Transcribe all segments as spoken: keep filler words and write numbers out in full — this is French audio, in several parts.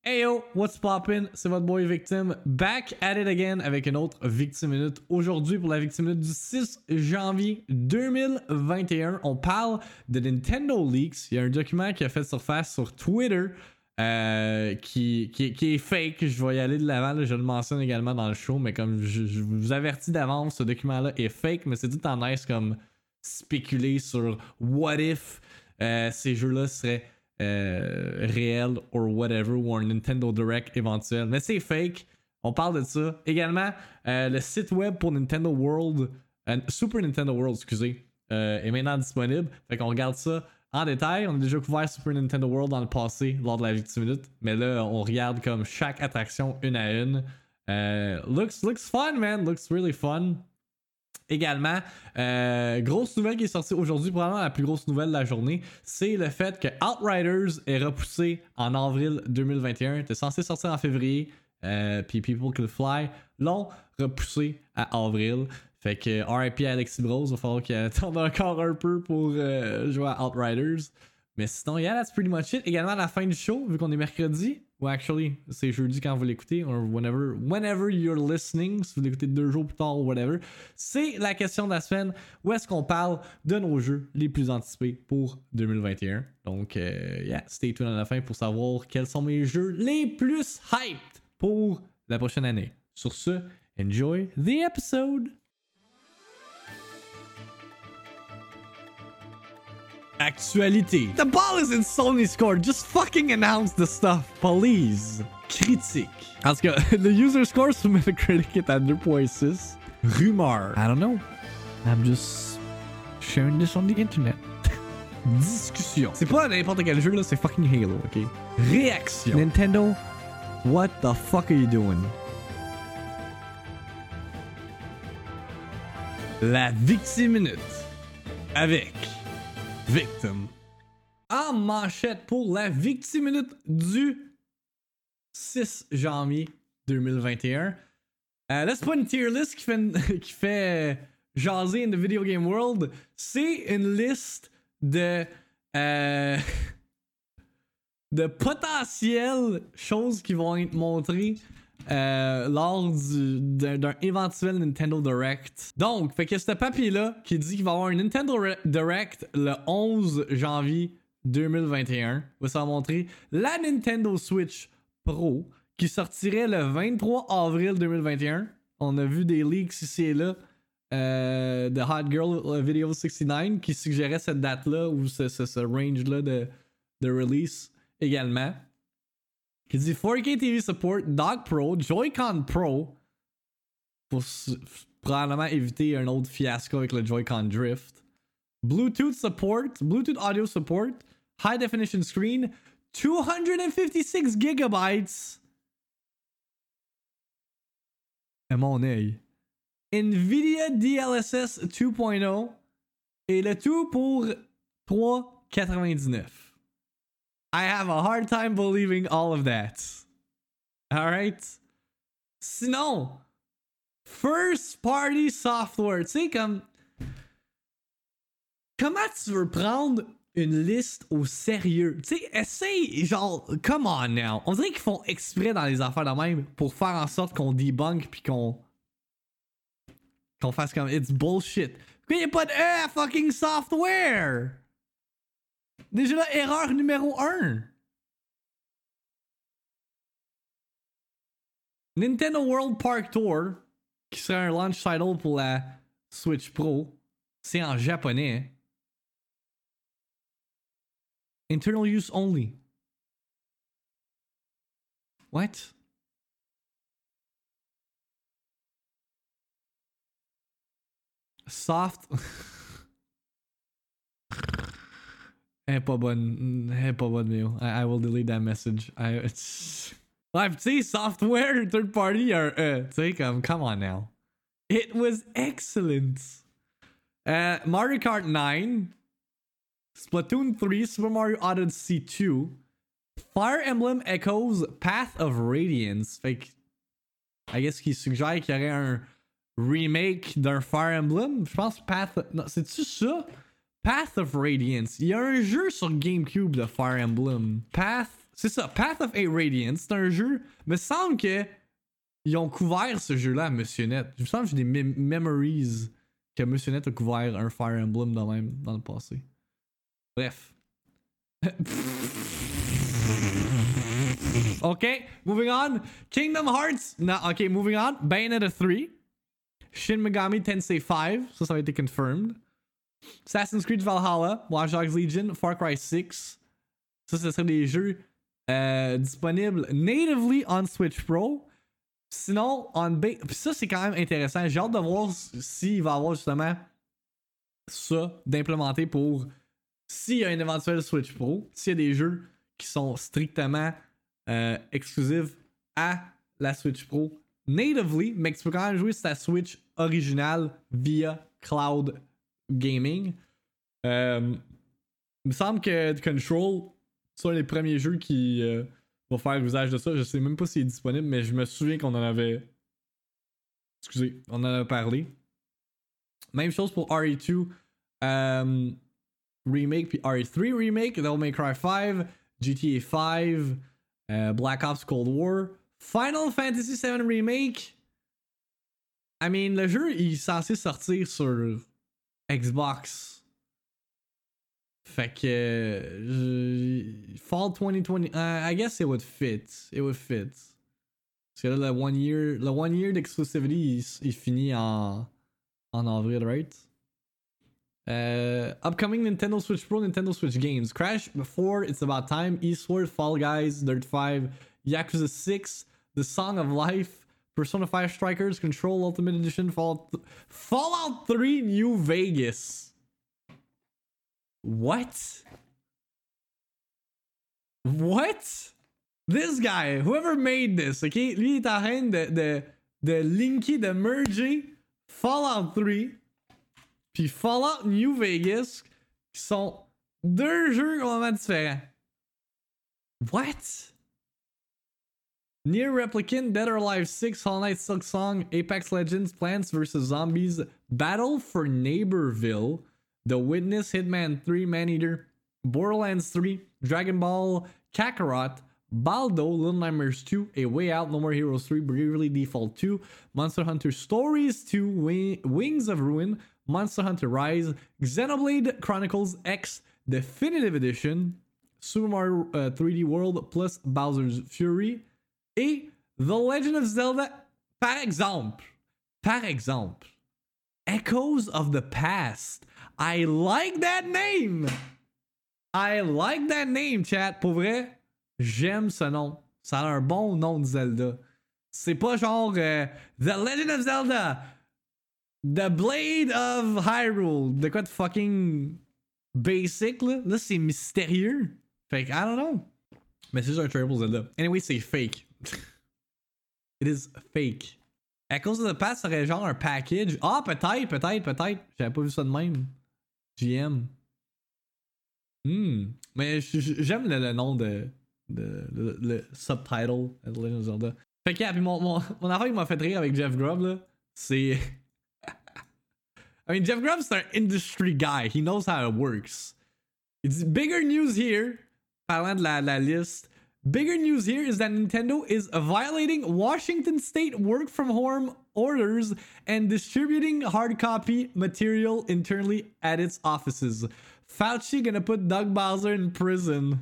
Hey yo, what's poppin'? C'est votre boy Victime, back at it again avec une autre Victime Minute. Aujourd'hui, pour la Victime Minute du six janvier deux mille vingt et un, on parle de Nintendo Leaks. Il y a un document qui a fait surface sur Twitter euh, qui, qui, qui est fake. Je vais y aller de l'avant, là, je le mentionne également dans le show, mais comme je, je vous avertis d'avance, ce document-là est fake, mais c'est tout en nice comme spéculer sur what if euh, ces jeux-là seraient Euh, réel or whatever, ou un Nintendo Direct éventuel, mais c'est fake. On parle de ça. Également, euh, le site web pour Nintendo World, euh, Super Nintendo World, excusez, euh, est maintenant disponible. Fait qu'on regarde ça en détail. On a déjà couvert Super Nintendo World dans le passé lors de la Victime Minute, mais là, on regarde comme chaque attraction une à une. Euh, looks, looks fun, man. Looks really fun. Également, euh, grosse nouvelle qui est sortie aujourd'hui, probablement la plus grosse nouvelle de la journée, c'est le fait que Outriders est repoussé en avril deux mille vingt et un. C'était censé sortir en février, euh, puis People Could Fly l'ont repoussé à avril. Fait que R I P Alexis Bros, il va falloir qu'il attende encore un peu pour euh, jouer à Outriders. Mais sinon, yeah, that's pretty much it. Également, à la fin du show, vu qu'on est mercredi, ou actually, c'est jeudi quand vous l'écoutez, or whenever, whenever you're listening, si vous l'écoutez deux jours plus tard ou whatever, c'est la question de la semaine, où est-ce qu'on parle de nos jeux les plus anticipés pour deux mille vingt et un. Donc, euh, yeah, stay tuned à la fin pour savoir quels sont mes jeux les plus hyped pour la prochaine année. Sur ce, enjoy the episode! Actualité. The ball is in Sony's court. Just fucking announce the stuff, please. Critique. Parce que le user score sur Metacritic est à deux point six. Rumeur. I don't know. I'm just sharing this on the internet. Discussion. C'est pas n'importe quel jeu là, c'est fucking Halo, ok? Réaction. Nintendo, what the fuck are you doing? La Victime Minute. Avec Victime. En manchette pour la Victime Minute du six janvier deux mille vingt et un. Euh, là, c'est pas une tier list qui fait, une, qui fait jaser in the video game world. C'est une liste de euh, de potentielles choses qui vont être montrées Euh, lors du, d'un, d'un éventuel Nintendo Direct. Donc, fait que ce papier-là qui dit qu'il va y avoir un Nintendo Direct le onze janvier deux mille vingt et un va s'en montrer la Nintendo Switch Pro qui sortirait le vingt-trois avril deux mille vingt et un. On a vu des leaks ici et là euh, de Hot Girl Video soixante-dix-neuf qui suggérait cette date-là ou ce, ce, ce range-là de, de release également. Qui dit four K T V support, Dock Pro, Joy-Con Pro, pour s- probablement éviter un autre fiasco avec le Joy-Con Drift. Bluetooth support, Bluetooth audio support, high definition screen, two hundred fifty-six gigabytes. À mon œil. Nvidia D L S S two point oh et le tout pour trois quatre-vingt-dix-neuf. I have a hard time believing all of that. Alright? Sinon, first party software. Tu sais, comme. Comment tu veux prendre une liste au sérieux? Tu sais, essaye, genre, come on now. On dirait qu'ils font exprès dans les affaires de même pour faire en sorte qu'on debunk pis qu'on. qu'on fasse comme it's bullshit. Pourquoi y'a pas de E à fucking software? Déjà là, erreur numéro un. Nintendo World Park Tour, qui serait un launch title pour la Switch Pro, c'est en japonais. Internal use only. What? Soft. Elle est pas bonne. Elle est pas bonne, Mio. I, I will delete that message. I, it's... Ouais, tu sais, software, third party, or, uh, tu sais, comme, come on now. It was excellent. Uh, Mario Kart nine, Splatoon three, Super Mario Odyssey two, Fire Emblem Echoes, Path of Radiance. Fait que, I guess qu'il suggère qu'il y aurait un remake d'un Fire Emblem. Je pense Path... Non, c'est-tu ça? Path of Radiance. Il y a un jeu sur GameCube de Fire Emblem. Path c'est ça, Path of Eight Radiance, c'est un jeu, me semble que ils ont couvert ce jeu-là à Monsieur Net. Il me semble que j'ai des mem memories que Monsieur Net a couvert un Fire Emblem dans, même, dans le passé. Bref. Ok, moving on. Kingdom Hearts. No, ok, moving on. Bayonetta three. Shin Megami Tensei five. Ça, ça a été confirmed. Assassin's Creed Valhalla. Watch Dogs Legion. Far Cry six. Ça, ce serait des jeux euh, disponibles natively on Switch Pro. Sinon, on Bay... Puis ça, c'est quand même intéressant. J'ai hâte de voir s'il va y avoir justement ça d'implémenter pour s'il y a un éventuel Switch Pro. S'il y a des jeux qui sont strictement euh, exclusifs à la Switch Pro natively, mais que tu peux quand même jouer sur ta Switch originale via Cloud Gaming. Euh, il me semble que Control, c'est un des premiers jeux qui euh, va faire usage de ça. Je sais même pas s'il est disponible, mais je me souviens qu'on en avait. Excusez, on en avait parlé. Même chose pour R E deux euh, Remake, puis R E three Remake, Devil May Cry five, G T A five, euh, Black Ops Cold War, Final Fantasy seven Remake. I mean, le jeu il est censé sortir sur Xbox. Fait que euh, Fall twenty twenty, uh, I guess it would fit. It would fit. Parce que là, le one year, le one year d'exclusivity, il, il finit en, en avril, right? Uh, upcoming Nintendo Switch Pro, Nintendo Switch games: Crash Before It's About Time, Eastward, Fall Guys, Dirt five, Yakuza six, The Song of Life, Persona five Strikers, Control Ultimate Edition, Fallout, th- Fallout three New Vegas. What? What? This guy, whoever made this, okay? Lui, il est en train de, de, de linker, de merger Fallout three puis Fallout New Vegas, qui sont deux jeux complètement différents. What? Nier Replicant, Dead or Alive six, Hollow Knight Silksong, Apex Legends, Plants versus. Zombies, Battle for Neighborville, The Witness, Hitman three, Maneater, Borderlands three, Dragon Ball Kakarot, Baldo, Little Nightmares two, A Way Out, No More Heroes three, Bravely Default two, Monster Hunter Stories two, Wing- Wings of Ruin, Monster Hunter Rise, Xenoblade Chronicles X Definitive Edition, Super Mario uh, three D World plus Bowser's Fury, et The Legend of Zelda, par exemple. Par exemple. Echoes of the Past. I like that name! I like that name, chat. Pour vrai, j'aime ce nom. Ça a un bon nom de Zelda. C'est pas genre euh, The Legend of Zelda, The Blade of Hyrule. De quoi de fucking basic, là. Là, c'est mystérieux. Fait que, I don't know. Mais c'est juste un trailer pour Zelda. Anyway, c'est fake. It is fake. Echoes of the Past serait genre un package. Ah, peut-être, peut-être, peut-être. J'avais pas vu ça de même. G M. Hmm. Mais j'aime le, le nom de, de, de, le subtitle de Legend of Zelda. Fait que, yeah, puis mon, mon, mon affaire qui m'a fait rire avec Jeff Grubb, là, c'est. I mean, Jeff Grubb's an industry guy. He knows how it works. It's bigger news here. Parlant de la, la liste. Bigger news here is that Nintendo is violating Washington state work from home orders and distributing hard copy material internally at its offices. Fauci gonna put Doug Bowser in prison.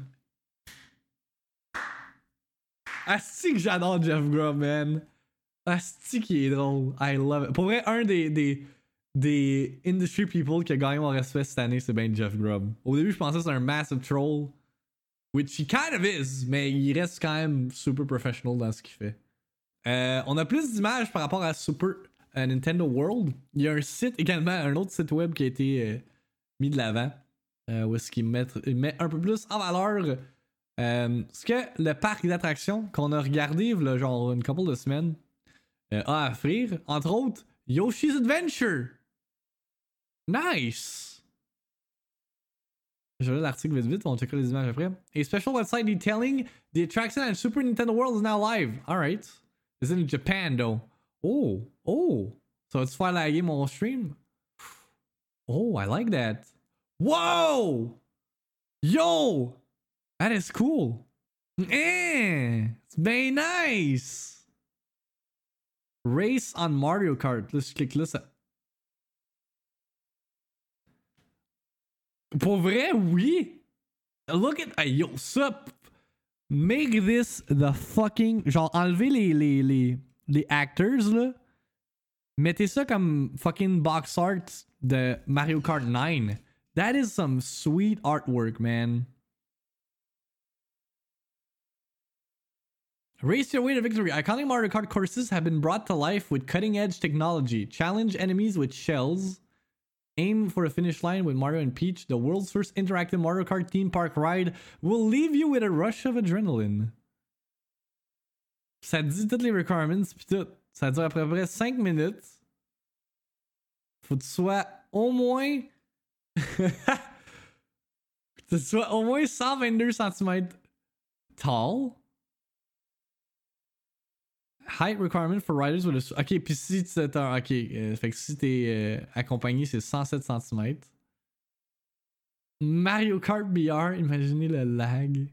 Asti que j'adore Jeff Grubb, man. Asti qui est drôle. I love it. Pour vrai, un des, des, des industry people qui a gagné mon respect cette année, c'est bien Jeff Grubb. Au début, je pensais que c'était un massive troll. Which he kind of is, mais il reste quand même super professional dans ce qu'il fait. Euh, on a plus d'images par rapport à Super euh, Nintendo World. Il y a un site également, un autre site web qui a été euh, mis de l'avant. Euh, où est-ce qu'il met, il met un peu plus en valeur euh, ce que le parc d'attractions qu'on a regardé là, genre une couple de semaines euh, a à offrir. Entre autres, Yoshi's Adventure. Nice! Je vais l'article vite vite, on checkera les images après. A special website detailing the attraction at Super Nintendo World is now live. Alright. It's in Japan though. Oh, oh. So it's faire laguer mon stream. Oh, I like that. Whoa! Yo! That is cool. Eh! C'est bien nice! Race on Mario Kart. Là, je clique là, ça. Pour vrai, oui! Look at. Hey, yo, ça. Make this the fucking. Genre, enlevez les, les, les, les actors, là. Mettez ça comme fucking box art de Mario Kart nine. That is some sweet artwork, man. Race your way to victory. Iconic Mario Kart courses have been brought to life with cutting-edge technology. Challenge enemies with shells. Aim for a finish line with Mario and Peach. The world's first interactive Mario Kart theme park ride will leave you with a rush of adrenaline. Ça dit toutes les requirements pis tout. Ça dure à peu près cinq minutes. Faut que tu sois au moins... Faut que tu sois au moins cent vingt-deux centimètres tall. Height requirement for riders with a... Ok, pis si tu es... Ok, euh, fait que si t'es euh, accompagné, c'est cent sept centimètres. Mario Kart B R, imaginez le lag.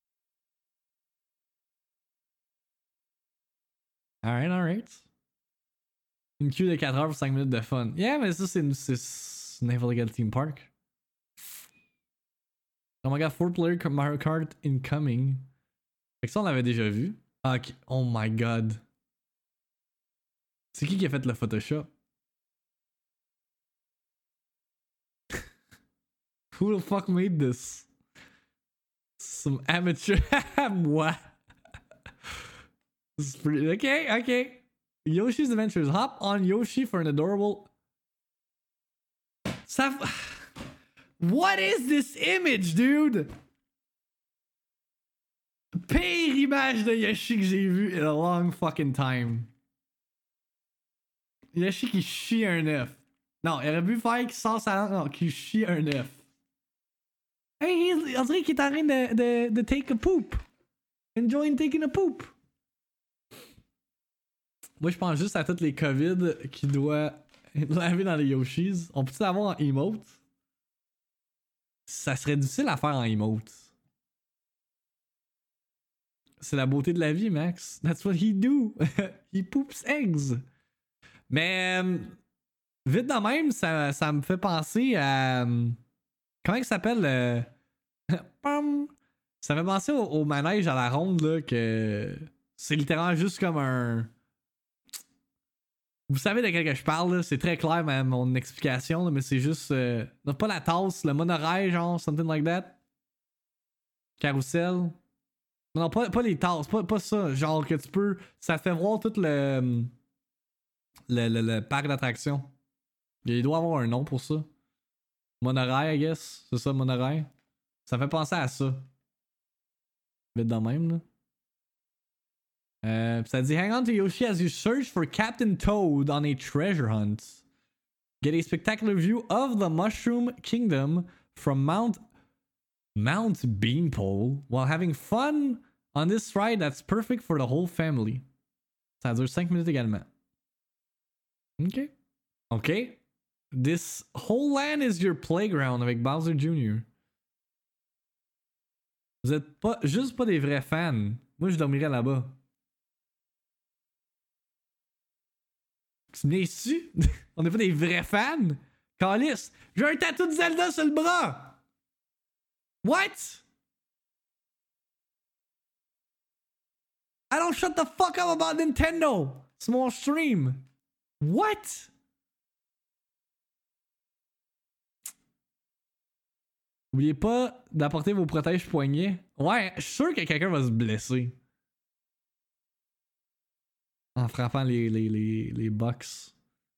Alright, alright. Une queue de quatre heures pour cinq minutes de fun. Yeah, mais ça, c'est Naval Legal Theme Park. Oh my god, four player Mario Kart incoming. Fait que ça, on l'avait déjà vu. Ok, oh my god. C'est qui qui a fait le Photoshop? Who the fuck made this? Some amateur. Moi. This is pretty... Okay, okay. Yoshi's Adventures. Hop on Yoshi for an adorable... Ça... What is this image, dude? Pire image de Yoshi que j'ai vu in a long fucking time. Yoshi qui chie un œuf. Non, il aurait pu faire qu'il sort sa langue, non, qui chie un œuf. Hey, he's, on dirait qu'il est en train de, de, de take a poop. Enjoying taking a poop. Moi, je pense juste à toutes les COVID qui doivent laver dans les Yoshis. On peut-tu l'avoir en emote? Ça serait difficile à faire en emote. C'est la beauté de la vie, Max. That's what he do. He poops eggs. Mais euh, vite de même, ça, ça me fait penser à... Comment il s'appelle? Euh... ça me fait penser au, au manège à la ronde, là, que c'est littéralement juste comme un... Vous savez de quel que je parle, là? C'est très clair, ma, mon explication, là, mais c'est juste... Euh... Non, pas la tasse, le monorail, genre, something like that. Carousel. Non, pas, pas les tasses, pas, pas ça. Genre que tu peux... Ça te fait voir tout le... Le, le, le parc d'attractions. Il doit avoir un nom pour ça. Monorail, I guess. C'est ça, monorail. Ça fait penser à ça. Vite de même, là. Euh, ça dit hang on to Yoshi as you search for Captain Toad on a treasure hunt. Get a spectacular view of the Mushroom Kingdom from Mount Mount Beanpole while having fun on this ride that's perfect for the whole family. Ça dure cinq minutes également. Ok. Ok. This whole land is your playground avec Bowser Junior Vous êtes pas juste pas des vrais fans. Moi, je dormirais là-bas. Tu me laisses-tu? On n'est pas des vrais fans? Calice, j'ai un tatou de Zelda sur le bras! What? I don't shut the fuck up about Nintendo! Small stream. What? N'oubliez pas d'apporter vos protèges poignets. Ouais, je suis sûr que quelqu'un va se blesser. En frappant les, les, les, les box.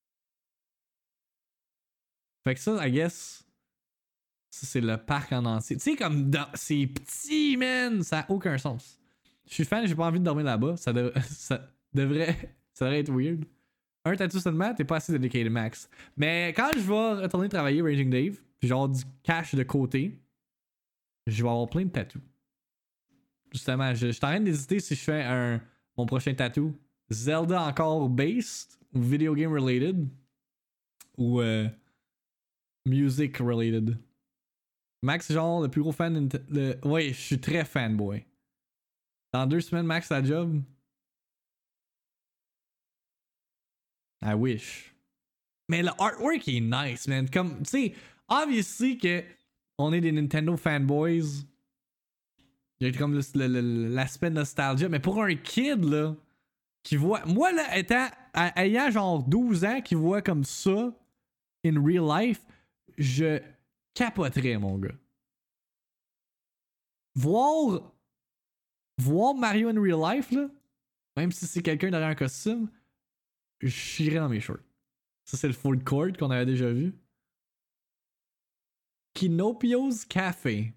Fait que ça, I guess, ça c'est le parc en entier. Tu sais, comme dans... c'est petit, man! Ça a aucun sens. Je suis fan, j'ai pas envie de dormir là-bas. Ça, dev... ça devrait... ça devrait être weird. Un tattoo seulement, t'es pas assez dedicated, Max. Mais quand je vais retourner travailler Raging Dave, puis genre du cash de côté, je vais avoir plein de tattoos. Justement, je, je suis en train d'hésiter si je fais un, mon prochain tattoo. Zelda encore based, ou video game related, ou euh, music related. Max, genre, le plus gros fan de... de... Ouais, je suis très fanboy. Dans deux semaines, max la job. I wish. Mais le artwork est nice, man. Comme, tu sais, obviously que on est des Nintendo fanboys. Il y a comme l'aspect nostalgia. Mais pour un kid, là, qui voit. Moi, là, étant, ayant genre douze ans, qui voit comme ça, in real life, je capoterais, mon gars. Voir. Voir Mario in real life, là, même si c'est quelqu'un derrière un costume, je chierais dans mes shorts. Ça, c'est le food court qu'on avait déjà vu. Kinopio's Café.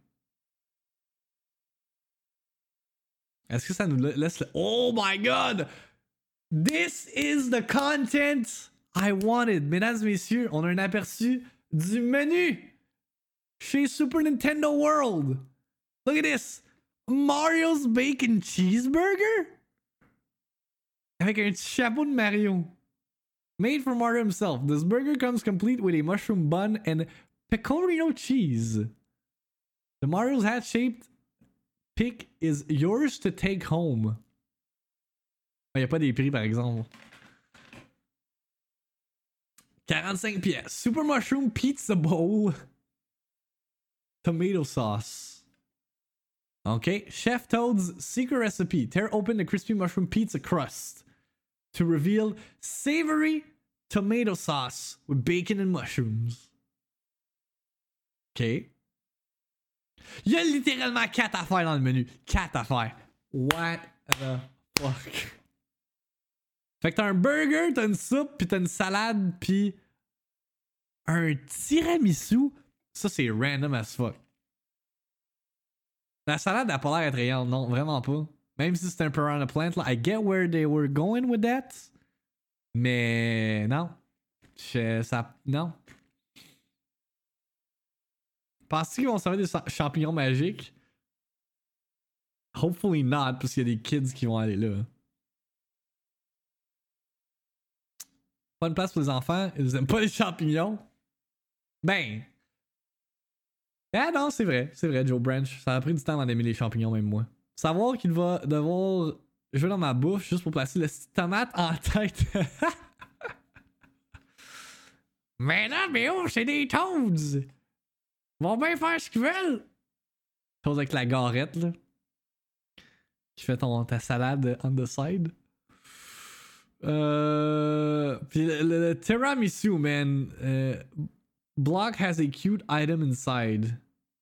Est-ce que ça nous laisse le... Oh my god! This is the content I wanted. Mesdames et messieurs, on a un aperçu du menu chez Super Nintendo World. Look at this. Mario's Bacon Cheeseburger? Avec un petit chapeau de Mario. Made for Mario himself. This burger comes complete with a mushroom bun and pecorino cheese. The Mario's hat-shaped pick is yours to take home. Il n'y a pas des prix, par exemple. quarante-cinq pièces. Super Mushroom Pizza Bowl. Tomato sauce. Okay. Chef Toad's secret recipe. Tear open the crispy mushroom pizza crust to reveal savory tomato sauce with bacon and mushrooms. OK. Il y a littéralement quatre affaires dans le menu. Quatre affaires. What the fuck? Fait que t'as un burger, t'as une soupe, pis t'as une salade, pis un tiramisu. Ça, c'est random as fuck. La salade n'a pas l'air attrayante, non, vraiment pas. Même si c'est un piranha plant, là, I get where they were going with that. Mais non. Je, ça, non. Penses-tu qu'ils vont servir des champignons magiques? Hopefully not, parce qu'il y a des kids qui vont aller là. Pas une place pour les enfants, ils aiment pas les champignons. Ben. Ah non, c'est vrai, c'est vrai, Joe Branch. Ça a pris du temps avant d'aimer les champignons, même moi. Savoir qu'il va devoir jouer dans ma bouffe juste pour placer le tomate en tête. Mais non, mais oh, c'est des Toads! Ils vont bien faire ce qu'ils veulent! Chose avec la garette, là. Tu fais ton, ta salade on the side. Euh. Puis le, le, le tiramisu, man. Euh, Block has a cute item inside.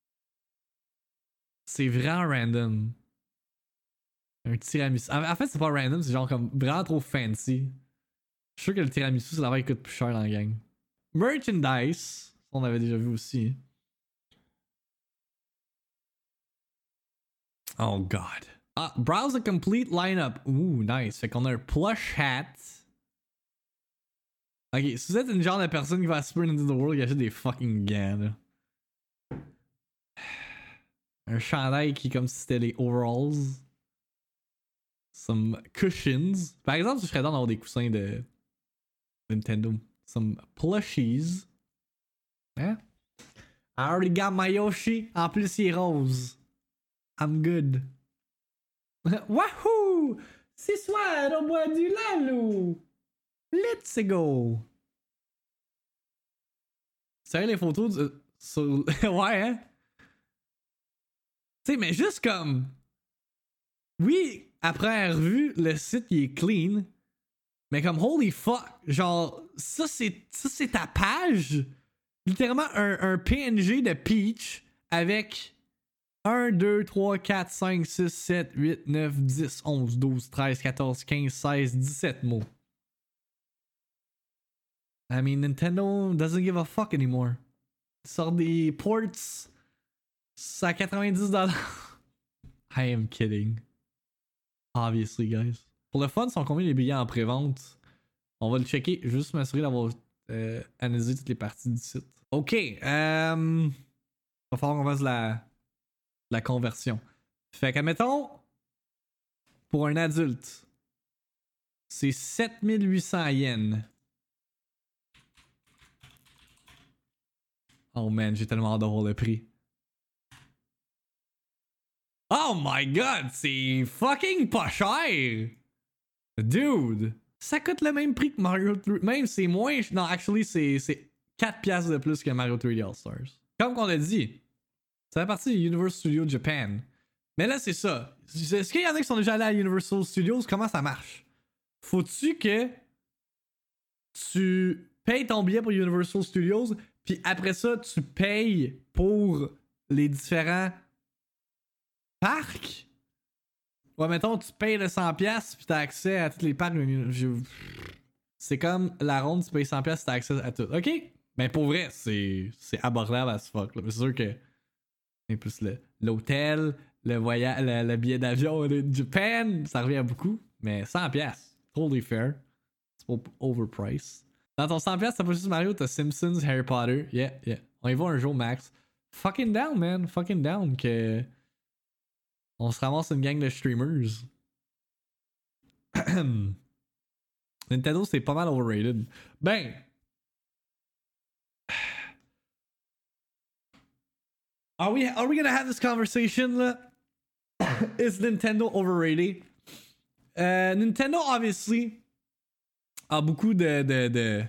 C'est vraiment random. Un tiramisu. En, en fait, c'est pas random, c'est genre comme vraiment trop fancy. Je suis sûr que le tiramisu, c'est la qui coûte plus cher dans la gang. Merchandise. On avait déjà vu aussi. Oh god. Ah, browse the complete lineup. Ooh, nice. Fait qu'on a un plush hat. Ok, si vous êtes une genre de personne qui va à Super Nintendo World, il achète des fucking gants, là. Un chandail qui est comme si c'était les overalls. Some cushions. Par exemple, je ferais dans d'avoir des coussins de Nintendo. Some plushies. Hein? I already got my Yoshi. En plus, il est rose. I'm good. Wahoo! Ce soir, on boit du Lalo. Let's go! Sérieux, les photos de, sur. Ouais, hein? Tu sais, mais juste comme. Oui, après avoir vu, le site il est clean. Mais comme holy fuck. Genre, ça c'est. Ça c'est ta page. Littéralement un, un P N G de Peach avec un, deux, trois, quatre, cinq, six, sept, huit, neuf, dix, onze, douze, treize, quatorze, quinze, seize, dix-sept mots. I mean, Nintendo doesn't give a fuck anymore. Ils sortent des ports à quatre-vingt-dix dollars. I am kidding. Obviously, guys. Pour le fun, sont combien les billets en pré-vente? On va le checker, juste m'assurer d'avoir euh, analysé toutes les parties du site. Ok. Euh, va falloir qu'on fasse la, la conversion. Fait qu'admettons, pour un adulte, c'est sept mille huit cents yens. Oh man, j'ai tellement hâte d'avoir le prix. Oh my god, c'est fucking pas cher! Dude! Ça coûte le même prix que Mario trois D. Même c'est moins. Non, actually, c'est, c'est quatre piastres de plus que Mario trois D All-Stars. Comme qu'on l'a dit, c'est la partie de Universal Studios Japan. Mais là, c'est ça. Est-ce qu'il y en a qui sont déjà allés à Universal Studios? Comment ça marche? Faut-tu que tu payes ton billet pour Universal Studios, puis après ça, tu payes pour les différents parcs? Ouais, mettons, tu payes le cent piastres, puis t'as accès à tous les parcs. Je... C'est comme la ronde, tu payes cent piastres, t'as accès à tout. OK? Ben pour vrai, c'est, c'est abordable as fuck. Là. C'est sûr que c'est plus le, l'hôtel, le voyage, le, le billet d'avion de Japan, ça revient à beaucoup. Mais cent piastres, totally fair. C'est pas overpriced. Dans ton cent piastres, t'as pas juste Mario, t'as Simpsons, Harry Potter. Yeah, yeah. On y va un jour, Max. Fucking down, man. Fucking down que... On se ramasse une gang de streamers. Nintendo, c'est pas mal overrated. Ben... Are we, are we gonna have this conversation, là? Is Nintendo overrated? Uh, Nintendo, obviously, a beaucoup de, de, de,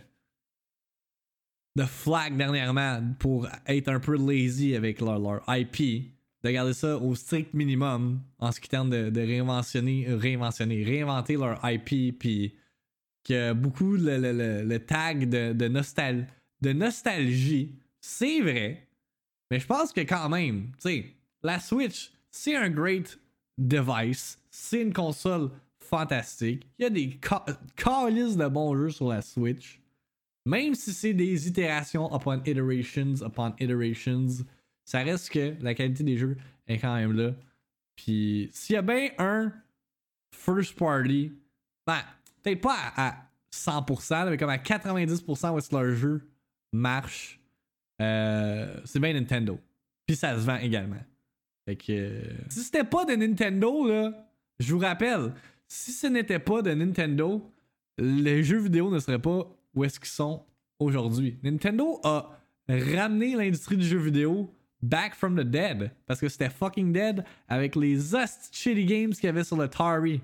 de flags dernièrement pour être un peu lazy avec leur, leur I P. De garder ça au strict minimum en ce qui tente de, de réinventionner, réinventionner, réinventer leur I P, puis que beaucoup le, le, le, le tag de, de, nostal, de nostalgie, c'est vrai, mais je pense que quand même, tu sais, la Switch, c'est un great device, c'est une console fantastique, il y a des calices de bons jeux sur la Switch, même si c'est des itérations upon iterations upon iterations. Ça reste que la qualité des jeux est quand même là. Puis s'il y a bien un first party, ben, peut-être pas à, à cent pour cent, mais comme à quatre-vingt-dix pour cent où est-ce que leur jeu marche, euh, c'est bien Nintendo. Puis ça se vend également. Fait que... Euh, si c'était pas de Nintendo, là, je vous rappelle, si ce n'était pas de Nintendo, les jeux vidéo ne seraient pas où est-ce qu'ils sont aujourd'hui. Nintendo a ramené l'industrie du jeu vidéo back from the dead. Parce que c'était fucking dead avec les host shitty games qu'il y avait sur le Atari.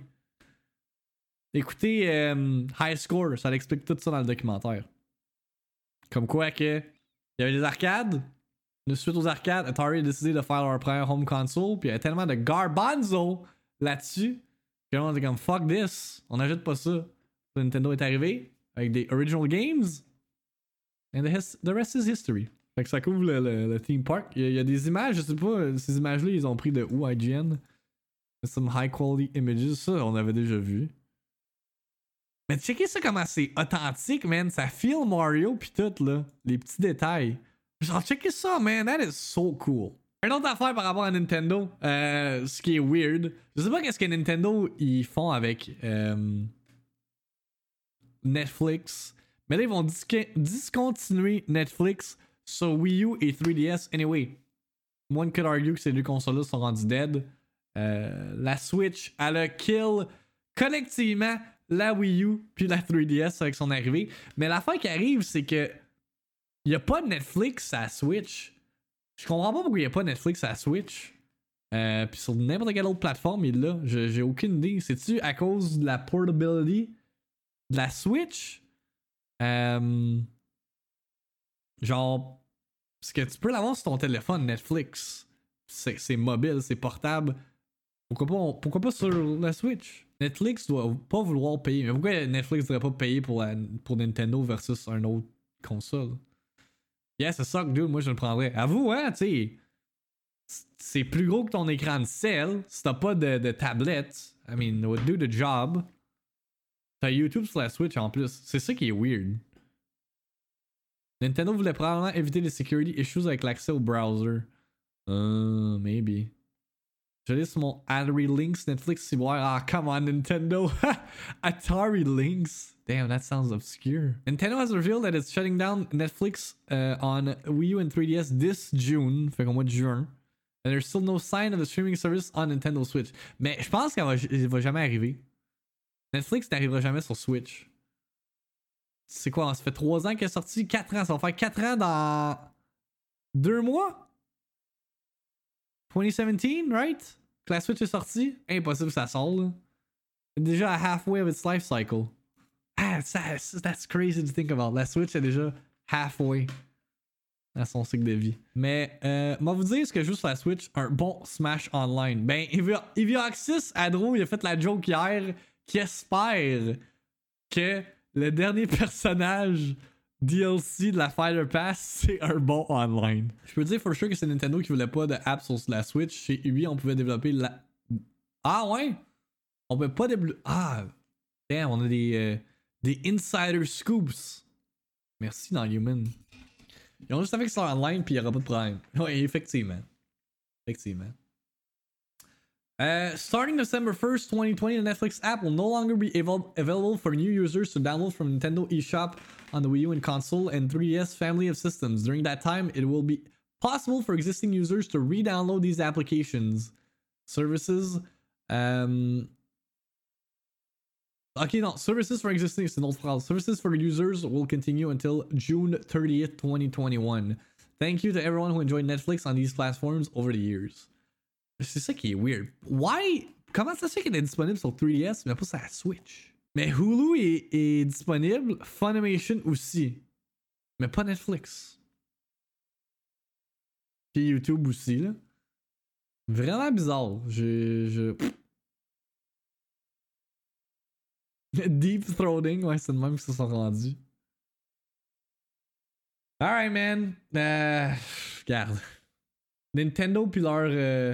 Écoutez euh, High Score, ça explique tout ça dans le documentaire. Comme quoi que il y avait des arcades. De suite aux arcades, Atari a décidé de faire leur première home console. Puis il y avait tellement de garbanzo là-dessus que on était comme fuck this. On n'ajoute pas ça. Nintendo est arrivé avec des original games. And the, his- the rest is history. Fait que ça couvre le, le, le theme park. Il y, a, il y a des images, je sais pas, ces images-là, ils ont pris de où, I G N? Some high quality images, ça, on avait déjà vu. Mais checkez ça comment c'est authentique, man. Ça feel Mario pis tout, là. Les petits détails. Genre, checkez ça, man. That is so cool. Une autre affaire par rapport à Nintendo, euh, ce qui est weird. Je sais pas qu'est-ce que Nintendo, ils font avec euh, Netflix. Mais là, ils vont disque- discontinuer Netflix sur Wii U et trois D S. Anyway, one could argue que ces deux consoles-là sont rendues dead. Euh, la Switch, elle a kill collectivement la Wii U puis la trois D S avec son arrivée. Mais l'affaire qui arrive, c'est que il n'y a pas de Netflix à Switch. Je comprends pas pourquoi il n'y a pas de Netflix à Switch. Euh, puis sur n'importe quelle autre plateforme, il est là. Je, j'ai aucune idée. C'est-tu à cause de la portability de la Switch? Euh, genre, parce que tu peux l'avoir sur ton téléphone, Netflix. C'est, c'est mobile, c'est portable. Pourquoi pas, on- pourquoi pas sur la Switch? Netflix doit pas vouloir payer. Mais pourquoi Netflix devrait pas payer pour, la, pour Nintendo versus un autre console? Yeah, c'est ça que dude, moi je le prendrais. Avoue, hein, tu sais. C'est plus gros que ton écran de sel. Si t'as pas de, de tablette, I mean, it would do the job. T'as YouTube sur la Switch en plus. C'est ça qui est weird. Nintendo voulait probablement éviter les security issues avec l'accès au browser. Uh, maybe. Je lis sur mon Atari Lynx Netflix si voir. Ah, come on, Nintendo. Atari Lynx. Damn, that sounds obscure. Nintendo has revealed that it's shutting down Netflix uh, on Wii U and trois D S this June. Fait qu'au mois de juin. And there's still no sign of the streaming service on Nintendo Switch. Mais je pense qu'elle va, elle va jamais arriver. Netflix n'arrivera jamais sur Switch. C'est quoi? Ça fait trois ans qu'elle est sortie? quatre ans. Ça va faire quatre ans dans deux mois? twenty seventeen, right? Que la Switch est sortie? Impossible que ça sorte, là. C'est déjà à halfway of its life cycle. Ah, that's, that's crazy to think about. La Switch est déjà halfway à son cycle de vie. Mais, euh, moi vous dire ce que je joue sur la Switch, un bon Smash Online. Ben, Evioxys, Adro, il a fait la joke hier qui espère que le dernier personnage D L C de la Fighter Pass, c'est un bon online. Je peux dire for sure que c'est Nintendo qui voulait pas de apps sur la Switch. Chez Ubi, on pouvait développer la... Ah ouais? On peut pas développer... Ah! Damn, on a des, euh, des insider scoops. Merci dans Human. Ils ont juste avec leur online puis il y aura pas de problème. Ouais, effectivement. Effectivement. Uh, starting December first, twenty twenty, the Netflix app will no longer be avail- available for new users to download from Nintendo eShop on the Wii U and console and three D S family of systems. During that time, it will be possible for existing users to re-download these applications. Services. Um, okay, no. Services for existing, c'est une autre phrase. Services for users will continue until June thirtieth, twenty twenty-one. Thank you to everyone who enjoyed Netflix on these platforms over the years. C'est ça qui est weird. Why? Comment ça se fait qu'elle est disponible sur three D S mais pas sur la Switch? Mais Hulu est, est disponible, Funimation aussi. Mais pas Netflix. Puis YouTube aussi, là. Vraiment bizarre. Je. je... Deep throating, ouais, c'est le même qu'ils se sont rendus. Alright, man. Euh, regarde. Nintendo puis leur. Euh,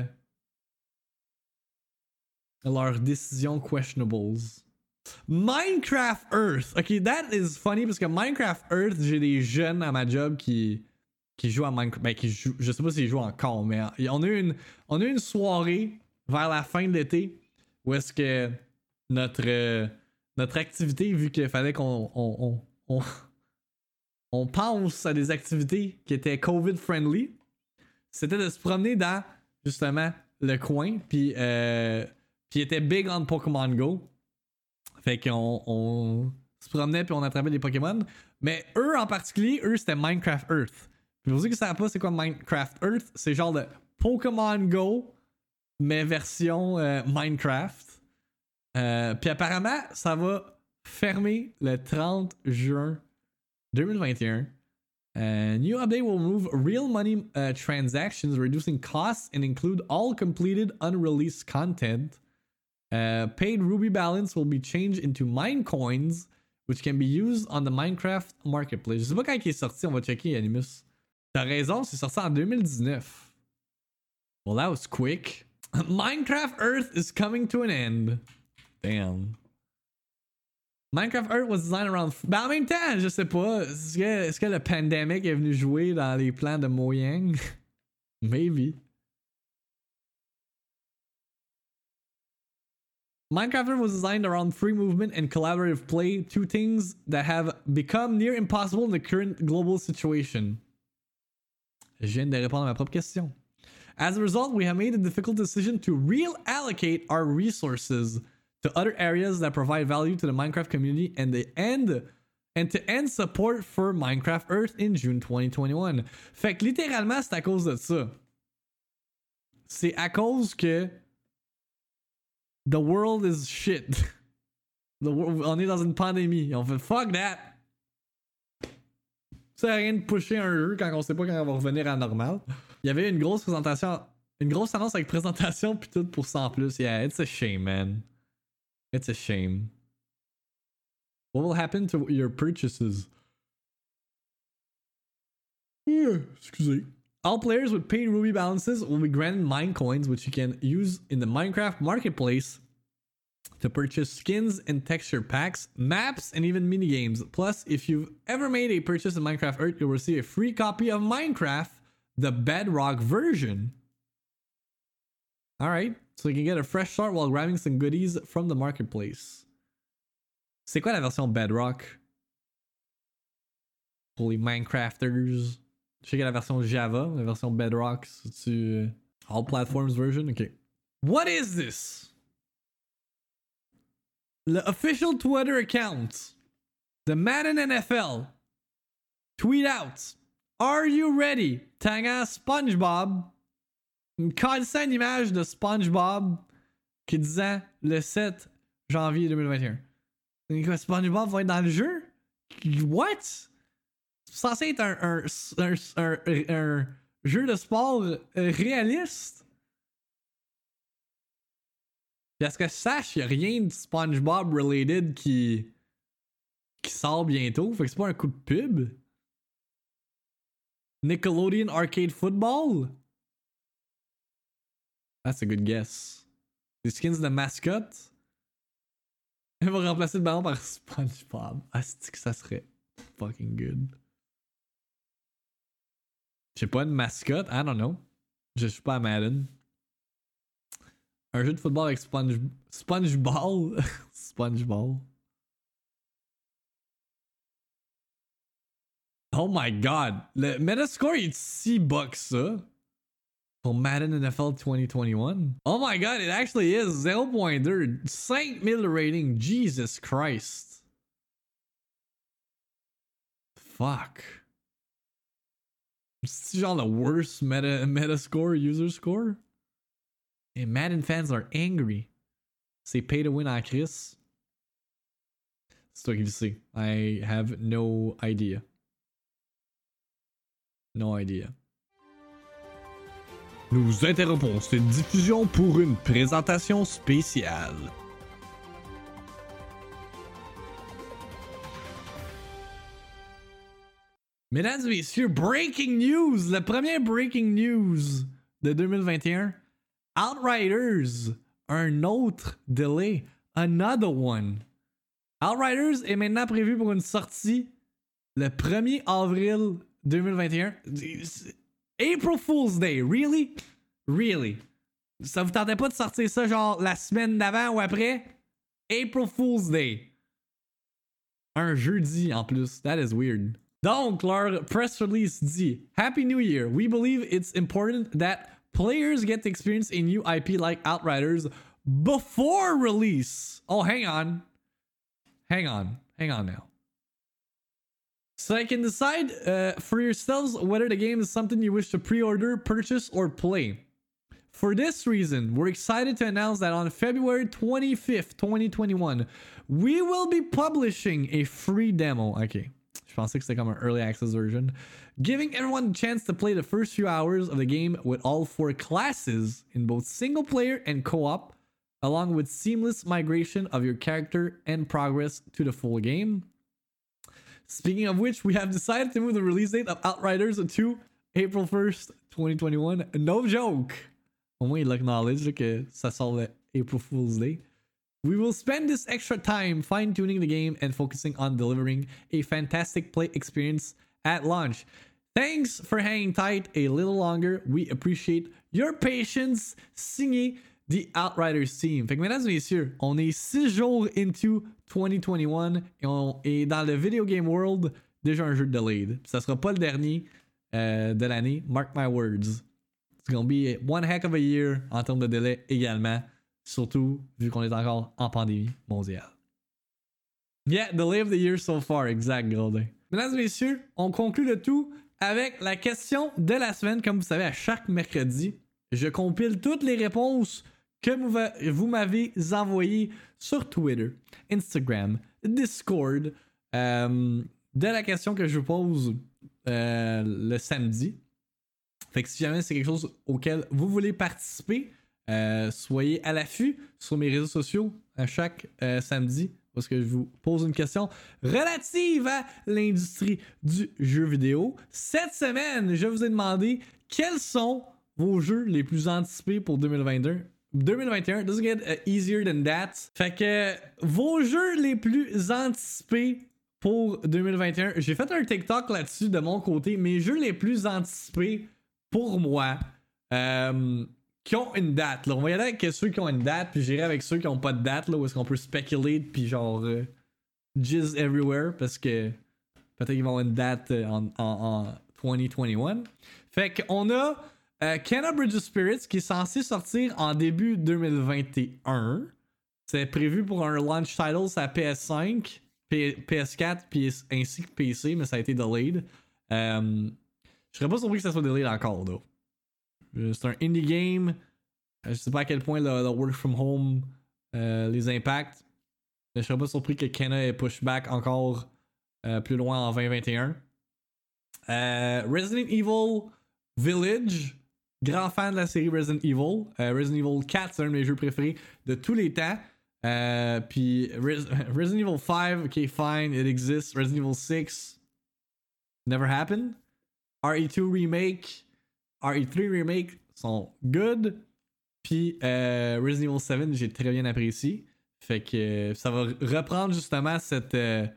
leurs décisions questionables. Minecraft Earth. Ok, that is funny parce que Minecraft Earth, j'ai des jeunes à ma job qui, qui jouent à Minecraft. Ben, qui jouent, je sais pas s'ils jouent encore, mais on a, eu une, on a eu une soirée vers la fin de l'été où est-ce que notre, euh, notre activité, vu qu'il fallait qu'on on, on, on, on pense à des activités qui étaient COVID-friendly, c'était de se promener dans, justement, le coin, puis euh, puis était big on Pokémon Go. Fait qu'on on se promenait puis on attrapait des Pokémon. Mais eux en particulier, eux c'était Minecraft Earth. Puis pour ceux qui savent pas c'est quoi Minecraft Earth, c'est genre de Pokémon Go, mais version euh, Minecraft. Euh, puis apparemment, ça va fermer le trente juin deux mille vingt et un. Uh, new update will remove real money uh, transactions, reducing costs, and include all completed unreleased content. Uh, paid Ruby balance will be changed into Minecoins, which can be used on the Minecraft Marketplace. Je sais pas quand il est sorti, on va checker Animus. T'as raison, c'est sorti en deux mille dix-neuf. Well, that was quick. Minecraft Earth is coming to an end. Damn. Minecraft Earth was designed around... Ben en même temps, je sais pas. Est-ce que, est-ce que le pandemic est venu jouer dans les plans de Mojang? Maybe. Minecraft Earth was designed around free movement and collaborative play, two things that have become near impossible in the current global situation. Je viens de répondre à ma propre question. As a result, we have made a difficult decision to reallocate our resources to other areas that provide value to the Minecraft community and the end and to end support for Minecraft Earth in June twenty twenty-one. Fait que littéralement, c'est à cause de ça. C'est à cause que the world is shit. The world, on est dans une pandémie. On fait fuck that. Ça sert à rien de pusher un jeu quand on sait pas quand on va revenir à normal. Il y avait une grosse présentation, une grosse annonce avec présentation puis tout pour ça en plus. Yeah, it's a shame, man. It's a shame. What will happen to your purchases? Yeah, excusez. All players with paid Ruby balances will be granted Minecoins, which you can use in the Minecraft Marketplace to purchase skins and texture packs, maps, and even minigames. Plus, if you've ever made a purchase in Minecraft Earth, you'll receive a free copy of Minecraft, the Bedrock version. Alright, so you can get a fresh start while grabbing some goodies from the marketplace. C'est quoi la version Bedrock? Pour les Minecrafters. Je sais qu'il y a la version Java, la version Bedrock, c'est-tu all platforms version? Ok. What is this? The official Twitter account, the Madden N F L, tweet out, "Are you ready?" Tagging SpongeBob me calissait une image de SpongeBob qui disait le sept janvier deux mille vingt et un. Et quoi, SpongeBob va être dans le jeu? What? C'est censé être un, un, un, un, un, un jeu de sport réaliste? Puis à ce que je sache, y'a rien de SpongeBob related qui, qui sort bientôt. Fait que c'est pas un coup de pub. Nickelodeon Arcade Football? That's a good guess. Les skins de mascotte? Elle va remplacer le ballon par SpongeBob. Ah, c'est que ça serait fucking good. Je sais pas, une mascotte? I don't know. Je suis pas à Madden. Un jeu de football avec Sponge... SpongeBall? SpongeBall. Oh my god. Le Metascore est si bas que ça. Pour Madden N F L twenty twenty-one. Oh my god, it actually is zero point two. five mille rating. Jesus Christ. Fuck. C'est genre the worst meta, meta score, user score? And Madden fans are angry. C'est pay to win en Chris. C'est toi qui le sais. I have no idea. No idea. Nous interrompons cette diffusion pour une présentation spéciale. Mesdames et messieurs, breaking news! Le premier breaking news de deux mille vingt et un. Outriders, un autre délai. Another one. Outriders est maintenant prévu pour une sortie le premier avril deux mille vingt et un. April Fool's Day, really? Really? Ça vous tentait pas de sortir ça genre la semaine d'avant ou après? April Fool's Day. Un jeudi en plus. That is weird. Donc, leur press release dit Happy New Year. We believe it's important that players get to experience a new I P like Outriders before release. Oh, hang on. Hang on. Hang on now. So you can decide uh, for yourselves whether the game is something you wish to pre-order, purchase, or play. For this reason, we're excited to announce that on February twenty-fifth, twenty twenty-one, we will be publishing a free demo. Okay. Je pensais que c'était comme an early access version. Giving everyone a chance to play the first few hours of the game with all four classes in both single player and co-op, along with seamless migration of your character and progress to the full game. Speaking of which, we have decided to move the release date of Outriders to April first, twenty twenty-one. No joke! Au moins, il acknowledge que ça sort le April Fool's Day. We will spend this extra time fine-tuning the game and focusing on delivering a fantastic play experience at launch. Thanks for hanging tight a little longer. We appreciate your patience. Signé The Outriders Team. Fait que mesdames et messieurs, on est six jours into twenty twenty-one et on est dans le video game world déjà un jeu de delayed. Ça sera pas le dernier euh, de l'année. Mark my words. It's gonna be one heck of a year en termes de délai également. Surtout vu qu'on est encore en pandémie mondiale. Yeah, delay of the year so far. Exact, Grodin. Mesdames et messieurs, on conclut le tout avec la question de la semaine. Comme vous savez, à chaque mercredi, je compile toutes les réponses que vous m'avez envoyées sur Twitter, Instagram, Discord, euh, de la question que je vous pose euh, le samedi. Fait que si jamais c'est quelque chose auquel vous voulez participer, euh, soyez à l'affût sur mes réseaux sociaux à chaque euh, samedi parce que je vous pose une question relative à l'industrie du jeu vidéo. Cette semaine, je vous ai demandé quels sont vos jeux les plus anticipés pour deux mille vingt et un. deux mille vingt et un doesn't get uh, easier than that. Fait que vos jeux les plus anticipés pour deux mille vingt et un. J'ai fait un TikTok là-dessus de mon côté. Mes jeux les plus anticipés pour moi euh, qui ont une date. Là. On va y aller avec ceux qui ont une date, puis j'irai avec ceux qui n'ont pas de date, là, où est-ce qu'on peut spéculer, puis genre euh, jizz everywhere, parce que peut-être qu'ils vont avoir une date en, en, en twenty twenty-one. Fait qu'on a euh, Kena Bridge of Spirits qui est censé sortir en début deux mille vingt et un. C'est prévu pour un launch title sur la P S cinq, P- PS4, puis ainsi que P C, mais ça a été delayed. Euh, je serais pas surpris que ça soit delayed encore, là. C'est un indie game. Je sais pas à quel point le, le work from home euh, les impacte. Mais je serais pas surpris que Kena ait push back encore euh, plus loin en vingt vingt et un. Euh, Resident Evil Village. Grand fan de la série Resident Evil. Euh, Resident Evil quatre, c'est un de mes jeux préférés de tous les temps. Euh, puis Res- Resident Evil five, ok, fine, it exists. Resident Evil six, never happened. R E two Remake, R E three Remake sont good. Puis euh, Resident Evil seven, j'ai très bien apprécié. Fait que euh, ça va reprendre justement cette euh,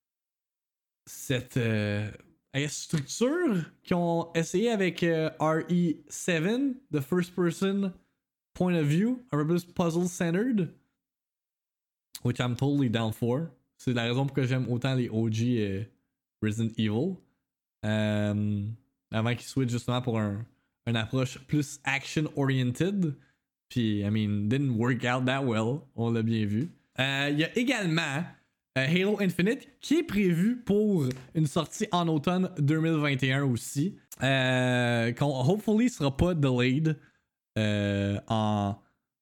cette euh, structure qu'ils ont essayé avec euh, R E seven, the first person point of view, un peu plus puzzle centered, which I'm totally down for. C'est la raison pour laquelle j'aime autant les O G euh, Resident Evil. Euh, avant qu'ils switchent justement pour un, une approche plus action-oriented. Puis, I mean, didn't work out that well. On l'a bien vu. Il euh, y a également euh, Halo Infinite qui est prévu pour une sortie en automne deux mille vingt et un aussi. Euh, qu'on, hopefully, sera pas delayed euh, en,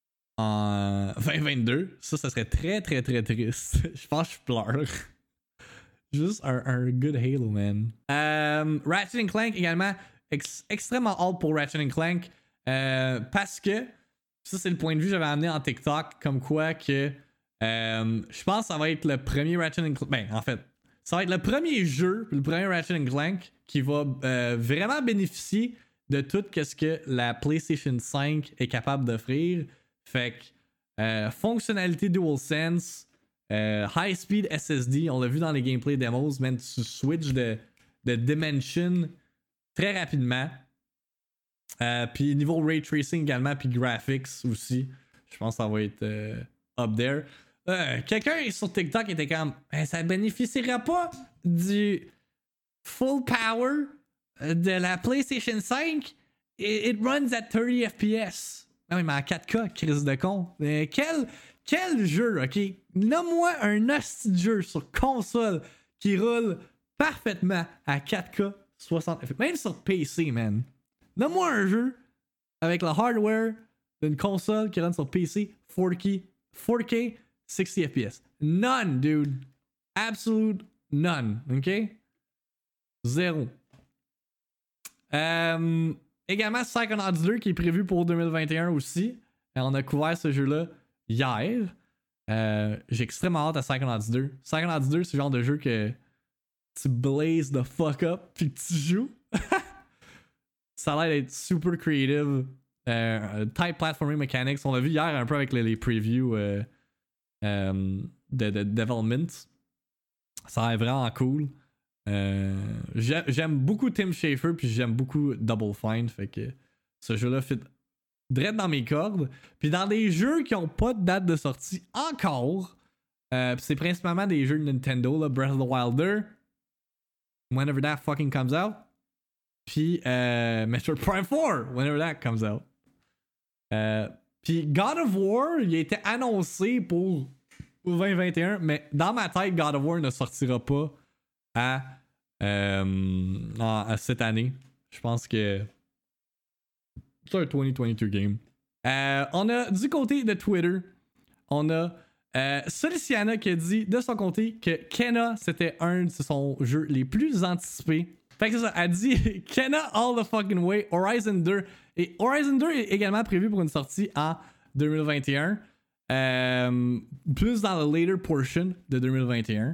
en vingt vingt-deux. Ça, ça serait très, très, très triste. Je pense que je pleure. Juste un, un good Halo, man. Euh, Ratchet and Clank également. Ex- extrêmement hâte pour Ratchet and Clank. Euh, parce que ça, c'est le point de vue que j'avais amené en TikTok. Comme quoi que euh, je pense que ça va être le premier Ratchet and Clank. Ben, en fait, ça va être le premier jeu, le premier Ratchet and Clank qui va euh, vraiment bénéficier de tout ce que la PlayStation cinq est capable d'offrir. Fait que euh, fonctionnalité DualSense. Euh, high speed S S D, on l'a vu dans les gameplay demos, man, tu switches de, de dimension très rapidement. Euh, puis niveau ray tracing également, puis graphics aussi. Je pense que ça va être euh, up there. Euh, quelqu'un sur TikTok était comme, ben, ça bénéficiera pas du full power de la PlayStation cinq. It, it runs at thirty F P S. Non, mais en quatre K, crise de con. Euh, quel. Quel jeu, ok? Nomme-moi un hostie de jeu sur console qui roule parfaitement à quatre K soixante F P S. Même sur P C, man. Nomme-moi un jeu avec le hardware d'une console qui run sur P C four K, four K sixty F P S. None, dude. Absolute none, ok? Zéro. Euh, également, Psychonauts deux qui est prévu pour deux mille vingt et un aussi. Et on a couvert ce jeu-là hier. Euh, j'ai extrêmement hâte à Psychonauts deux. Psychonauts deux, c'est le genre de jeu que tu blazes the fuck up puis que tu joues. Ça a l'air d'être super creative. Euh, type platforming mechanics. On l'a vu hier un peu avec les, les previews euh, euh, de, de development. Ça a l'air vraiment cool. Euh, j'aime, j'aime beaucoup Tim Schafer puis j'aime beaucoup Double Fine. Fait que ce jeu-là fit direct dans mes cordes. Puis dans des jeux qui n'ont pas de date de sortie encore, euh, c'est principalement des jeux de Nintendo, là, Breath of the Wild deux, whenever that fucking comes out. Puis euh, Metroid Prime four, whenever that comes out. Euh, puis God of War, il a été annoncé pour vingt vingt et un, mais dans ma tête, God of War ne sortira pas à, euh, à cette année. Je pense que c'est un twenty twenty-two game. Euh, on a du côté de Twitter, on a euh, Soliciana qui a dit de son côté que Kena c'était un de son jeux les plus anticipés. Fait que c'est ça, elle dit Kena all the fucking way, Horizon deux. Et Horizon deux est également prévu pour une sortie en deux mille vingt et un. Euh, plus dans le later portion de deux mille vingt et un.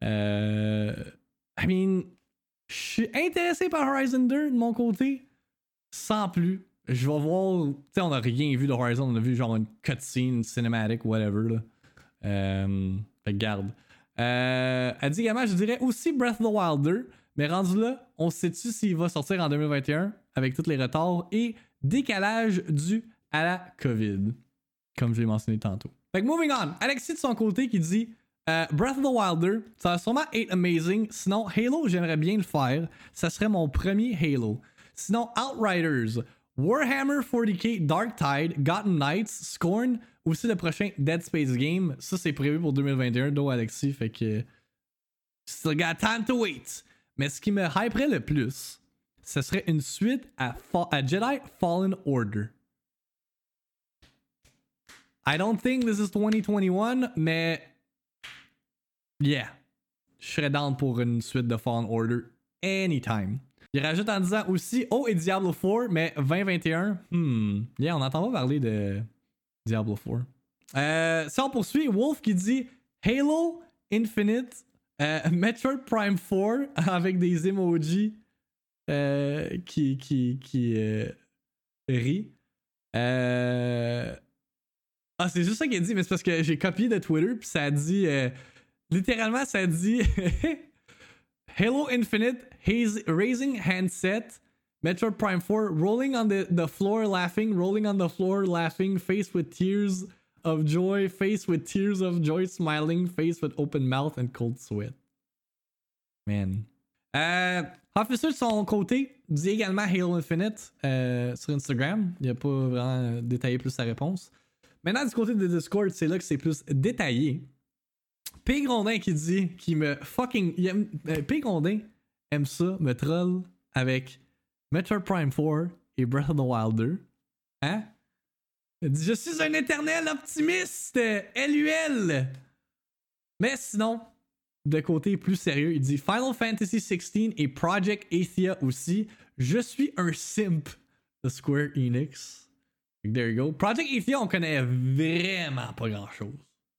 Euh, I mean, je suis intéressé par Horizon deux de mon côté, sans plus. Je vais voir. Tu sais, on n'a rien vu de Horizon. On a vu genre une cutscene, une cinématique, whatever. Là. Euh, fait que garde. Euh, elle dit également, je dirais aussi Breath of the Wild deux. Mais rendu là, on sait-tu s'il va sortir en deux mille vingt et un avec tous les retards et décalage dû à la COVID. Comme je l'ai mentionné tantôt. Fait que moving on. Alexis de son côté qui dit euh, Breath of the Wild deux, ça va sûrement être amazing. Sinon, Halo, j'aimerais bien le faire. Ça serait mon premier Halo. Sinon, Outriders. Warhammer forty K, Dark Tide, Gotham Knights, Scorn, aussi le prochain Dead Space game. Ça, c'est prévu pour deux mille vingt et un, d'où Alexis, fait que still got time to wait. Mais ce qui me hyperait le plus, ce serait une suite à, Fa à Jedi Fallen Order. I don't think this is twenty twenty-one, mais yeah, je serais down pour une suite de Fallen Order anytime. Il rajoute en disant aussi, oh, et Diablo quatre, mais vingt vingt et un, hmm, yeah, on n'entend pas parler de Diablo quatre. Euh, si on poursuit, Wolf qui dit Halo Infinite, euh, Metroid Prime quatre avec des emojis euh, qui, qui, qui euh, rit. Euh... Ah, c'est juste ça qu'il a dit, mais c'est parce que j'ai copié de Twitter, puis ça a dit. Euh, littéralement, ça a dit Halo Infinite, haze, raising handset, Metroid Prime four, rolling on the, the floor laughing, rolling on the floor laughing, face with tears of joy, face with tears of joy, smiling, face with open mouth and cold sweat. Man. Euh, Officer de son côté dit également Halo Infinite euh, sur Instagram. Il n'a pas vraiment détaillé plus sa réponse. Maintenant, du côté de Discord, c'est là que c'est plus détaillé. P. Grondin qui dit qu'il me fucking. Aime, euh, P. Grondin aime ça, me troll avec Metroid Prime quatre et Breath of the Wild deux. Hein? Il dit je suis un éternel optimiste, L U L. Mais sinon, de côté plus sérieux, il dit Final Fantasy sixteen et Project Athia aussi. Je suis un simp de Square Enix. There you go. Project Athia, on connaît vraiment pas grand chose.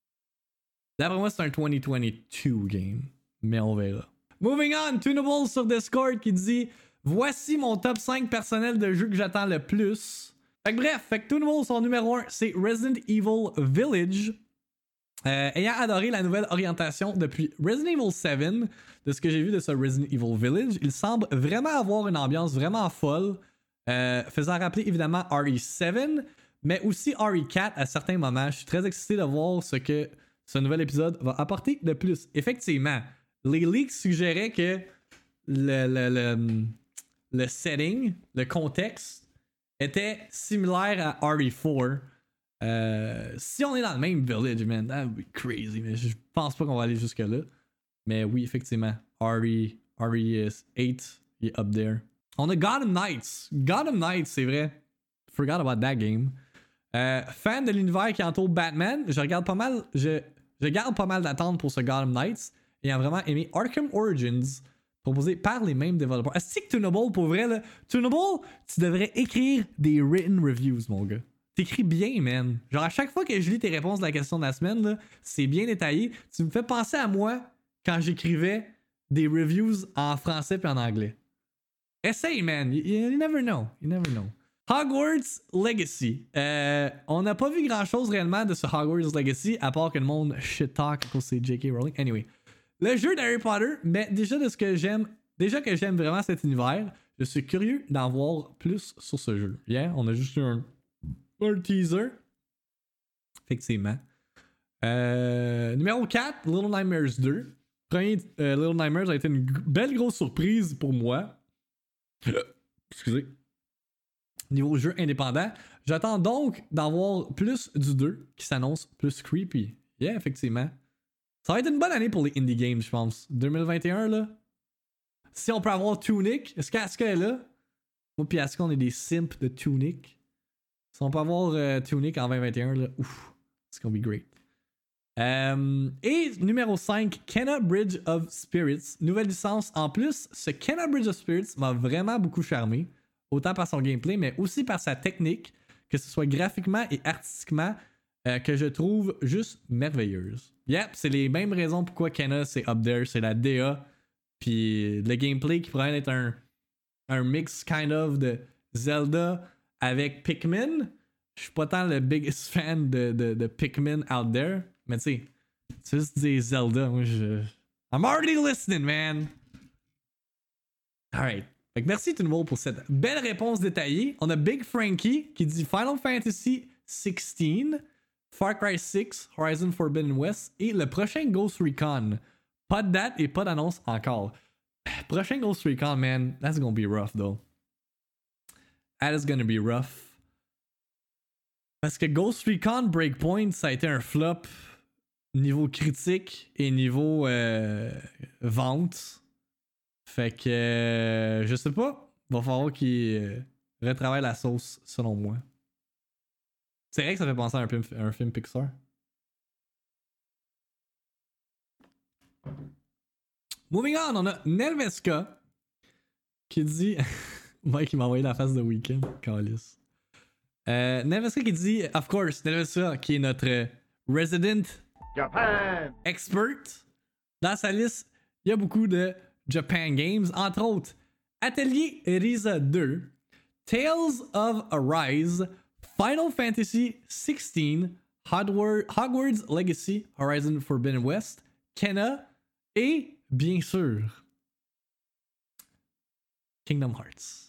D'après moi, c'est un twenty twenty-two game. Mais on verra. Moving on, Tunable sur Discord qui dit voici mon top cinq personnel de jeux que j'attends le plus. Fait que bref, fait que Tunable, son numéro un, c'est Resident Evil Village. Euh, ayant adoré la nouvelle orientation depuis Resident Evil seven, de ce que j'ai vu de ce Resident Evil Village, il semble vraiment avoir une ambiance vraiment folle. Euh, faisant rappeler évidemment R E seven, mais aussi R E quatre à certains moments. Je suis très excité de voir ce que ce nouvel épisode va apporter de plus. Effectivement, les leaks suggéraient que le, le, le, le setting, le contexte était similaire à R E four. Euh, si on est dans le même village, man, that would be crazy. Mais je pense pas qu'on va aller jusque-là. Mais oui, effectivement, R E, R E eight est up there. On a Gotham Knights. Gotham Knights, c'est vrai. Forgot about that game. Euh, fan de l'univers qui entoure Batman, je regarde pas mal. Je, je garde pas mal d'attentes pour ce Gotham Knights. Ayant vraiment aimé Arkham Origins, proposé par les mêmes développeurs. Est-ce que Tunable, pour vrai, là, Tunable, tu devrais écrire des written reviews, mon gars. T'écris bien, man. Genre, à chaque fois que je lis tes réponses à la question de la semaine, là, c'est bien détaillé. Tu me fais penser à moi quand j'écrivais des reviews en français puis en anglais. Essaye, man. You, you never know. You never know. Hogwarts Legacy. Euh, on n'a pas vu grand-chose réellement de ce Hogwarts Legacy, à part que le monde shit-talk pour c'est J K Rowling. Anyway. Le jeu d'Harry Potter, mais déjà de ce que j'aime, déjà que j'aime vraiment cet univers, je suis curieux d'en voir plus sur ce jeu. Yeah, on a juste eu un, un teaser. Effectivement. Euh, numéro quatre, Little Nightmares deux. Premier euh, Little Nightmares a été une g- belle grosse surprise pour moi. Excusez. Niveau jeu indépendant, j'attends donc d'en voir plus du deux qui s'annonce plus creepy. Yeah, effectivement. Ça va être une bonne année pour les indie games, je pense. deux mille vingt et un, là. Si on peut avoir Tunic, est-ce qu'elle est là? Moi pis Asuka, on est des simps de Tunic. Si on peut avoir euh, Tunic en vingt vingt et un, là, ouf, it's gonna be great. Euh, et numéro cinq, Kena Bridge of Spirits. Nouvelle licence. En plus, ce Kena Bridge of Spirits m'a vraiment beaucoup charmé. Autant par son gameplay, mais aussi par sa technique, que ce soit graphiquement et artistiquement, euh, que je trouve juste merveilleuse. Yep, c'est les mêmes raisons pourquoi Kena c'est up there. C'est la D A, puis le gameplay qui pourrait être un, un mix kind of de Zelda avec Pikmin. Je suis pas tant le biggest fan de, de, de Pikmin out there. Mais tu sais, tu juste dire Zelda, moi je. I'm already listening, man! Alright. Fait que merci tout le monde pour cette belle réponse détaillée. On a Big Frankie qui dit Final Fantasy sixteen, Far Cry six, Horizon Forbidden West et le prochain Ghost Recon. Pas de date et pas d'annonce encore. Prochain Ghost Recon, man, that's gonna be rough though. That is gonna be rough. Parce que Ghost Recon Breakpoint, ça a été un flop niveau critique et niveau euh, vente. Fait que euh, je sais pas. Va falloir qu'il euh, retravaille la sauce, selon moi. C'est vrai que ça fait penser à un film, à un film Pixar. Moving on, on a Nelveska qui dit. Mike, il m'a envoyé la face de Weekend. Calice. Euh, Nelveska qui dit, of course, Nelveska qui est notre resident Japan expert. Dans sa liste, il y a beaucoup de Japan Games, entre autres Atelier Risa deux, Tales of Arise, Final Fantasy sixteen, Hogwarts, Hogwarts Legacy, Horizon Forbidden West, Kena et, bien sûr, Kingdom Hearts.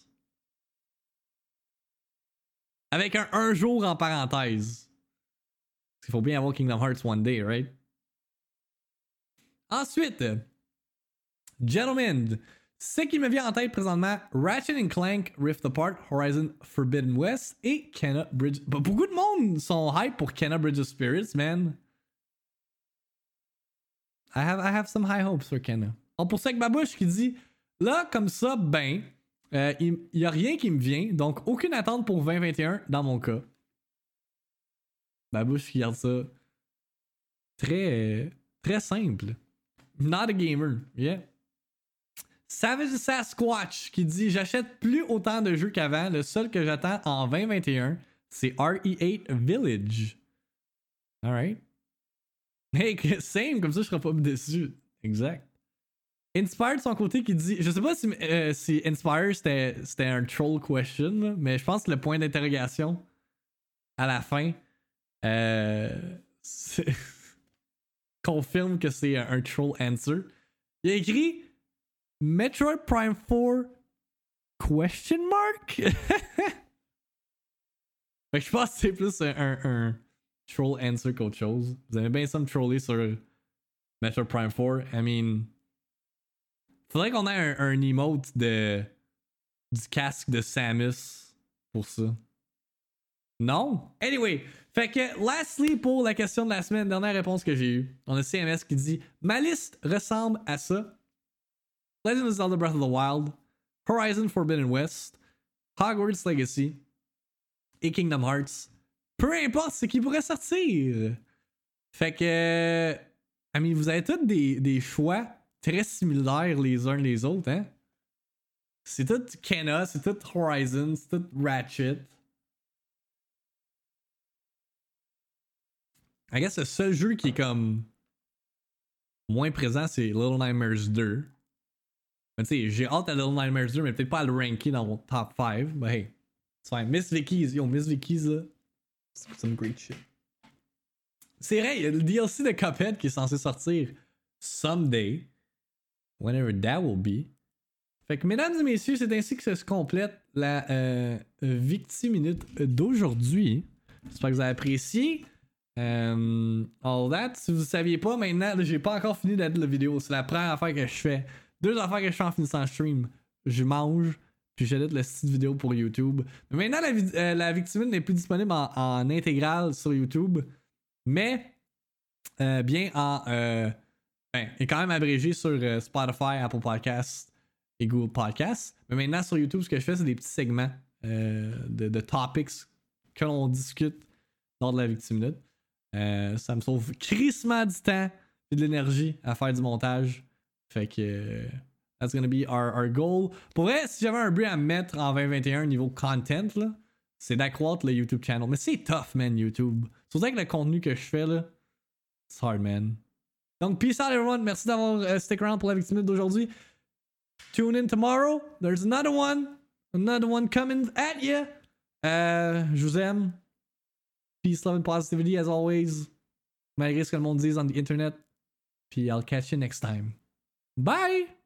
Avec un un jour en parenthèse. Parce qu'il faut bien avoir Kingdom Hearts one day, right? Ensuite, gentlemen, ce qui me vient en tête présentement, Ratchet and Clank Rift Apart, Horizon Forbidden West et Kena Bridge. Bah, beaucoup de monde sont hype pour Kena Bridge of Spirits, man. I have, I have some high hopes for Kena. On poursuit avec Babouche qui dit, là, comme ça, ben, euh, il n'y a rien qui me vient, donc aucune attente pour vingt vingt et un dans mon cas. Babouche qui garde ça très, très simple. Not a gamer, yeah. Savage Sasquatch qui dit, j'achète plus autant de jeux qu'avant, le seul que j'attends en vingt vingt et un, c'est R E eight Village. Alright. Hey, same, comme ça je serai pas déçu. Exact. Inspired de son côté qui dit, je sais pas si, euh, si Inspired c'était, c'était un troll question, mais je pense que le point d'interrogation à la fin euh, confirme que c'est un, un troll answer. Il a écrit Metroid Prime four question mark? Fait que je pense que c'est plus un, un, un troll answer qu'autre chose. Vous avez bien ça me troller sur Metroid Prime four. I mean, faudrait qu'on ait un, un emote de du casque de Samus pour ça. Non? Anyway, fait que lastly pour la question de la semaine, dernière réponse que j'ai eue, on a C M S qui dit ma liste ressemble à ça. Legend of Zelda Breath of the Wild, Horizon Forbidden West, Hogwarts Legacy et Kingdom Hearts. Peu importe ce qui pourrait sortir. Fait que, I mean, vous avez tous des, des choix très similaires les uns les autres, hein? C'est tout Kena, c'est tout Horizon, c'est tout Ratchet. I guess le seul jeu qui est comme moins présent, c'est Little Nightmares two. Mais tu sais, j'ai hâte à Little Nightmares two, mais peut-être pas à le ranker dans mon top five. Mais hey, c'est fine. Miss Vicky's, yo, Miss Vicky's là, c'est some great shit. C'est vrai, il y a le D L C de Cuphead qui est censé sortir someday. Whenever that will be. Fait que, mesdames et messieurs, c'est ainsi que se complète la euh, Victiminute d'aujourd'hui. J'espère que vous avez apprécié. Um, all that. Si vous ne saviez pas, maintenant, j'ai pas encore fini d'être la vidéo. C'est la première affaire que je fais. Deux affaires que je fais en finissant le stream. Je mange, puis j'édite le site vidéo pour YouTube. Mais maintenant, la, euh, la Victimine n'est plus disponible en, en intégrale sur YouTube. Mais, euh, bien en. Euh, ben, est quand même abrégé sur euh, Spotify, Apple Podcasts et Google Podcasts. Mais maintenant, sur YouTube, ce que je fais, c'est des petits segments euh, de, de topics que l'on discute lors de la Victiminute. Euh, ça me sauve crissement du temps et de l'énergie à faire du montage. Fait que euh, that's gonna be our, our goal. Pour vrai, si j'avais un but à mettre en vingt vingt et un niveau content, là, c'est d'accroître le YouTube channel. Mais c'est tough, man, YouTube. Surtout avec le contenu que je fais, là. It's hard, man. Donc, peace out, everyone. Merci d'avoir uh, stick around pour la Victiminute d'aujourd'hui. Tune in tomorrow. There's another one. Another one coming at you. Euh, je vous aime. Peace, love, and positivity as always. Malgré ce que le monde dise on the internet. Puis I'll catch you next time. Bye!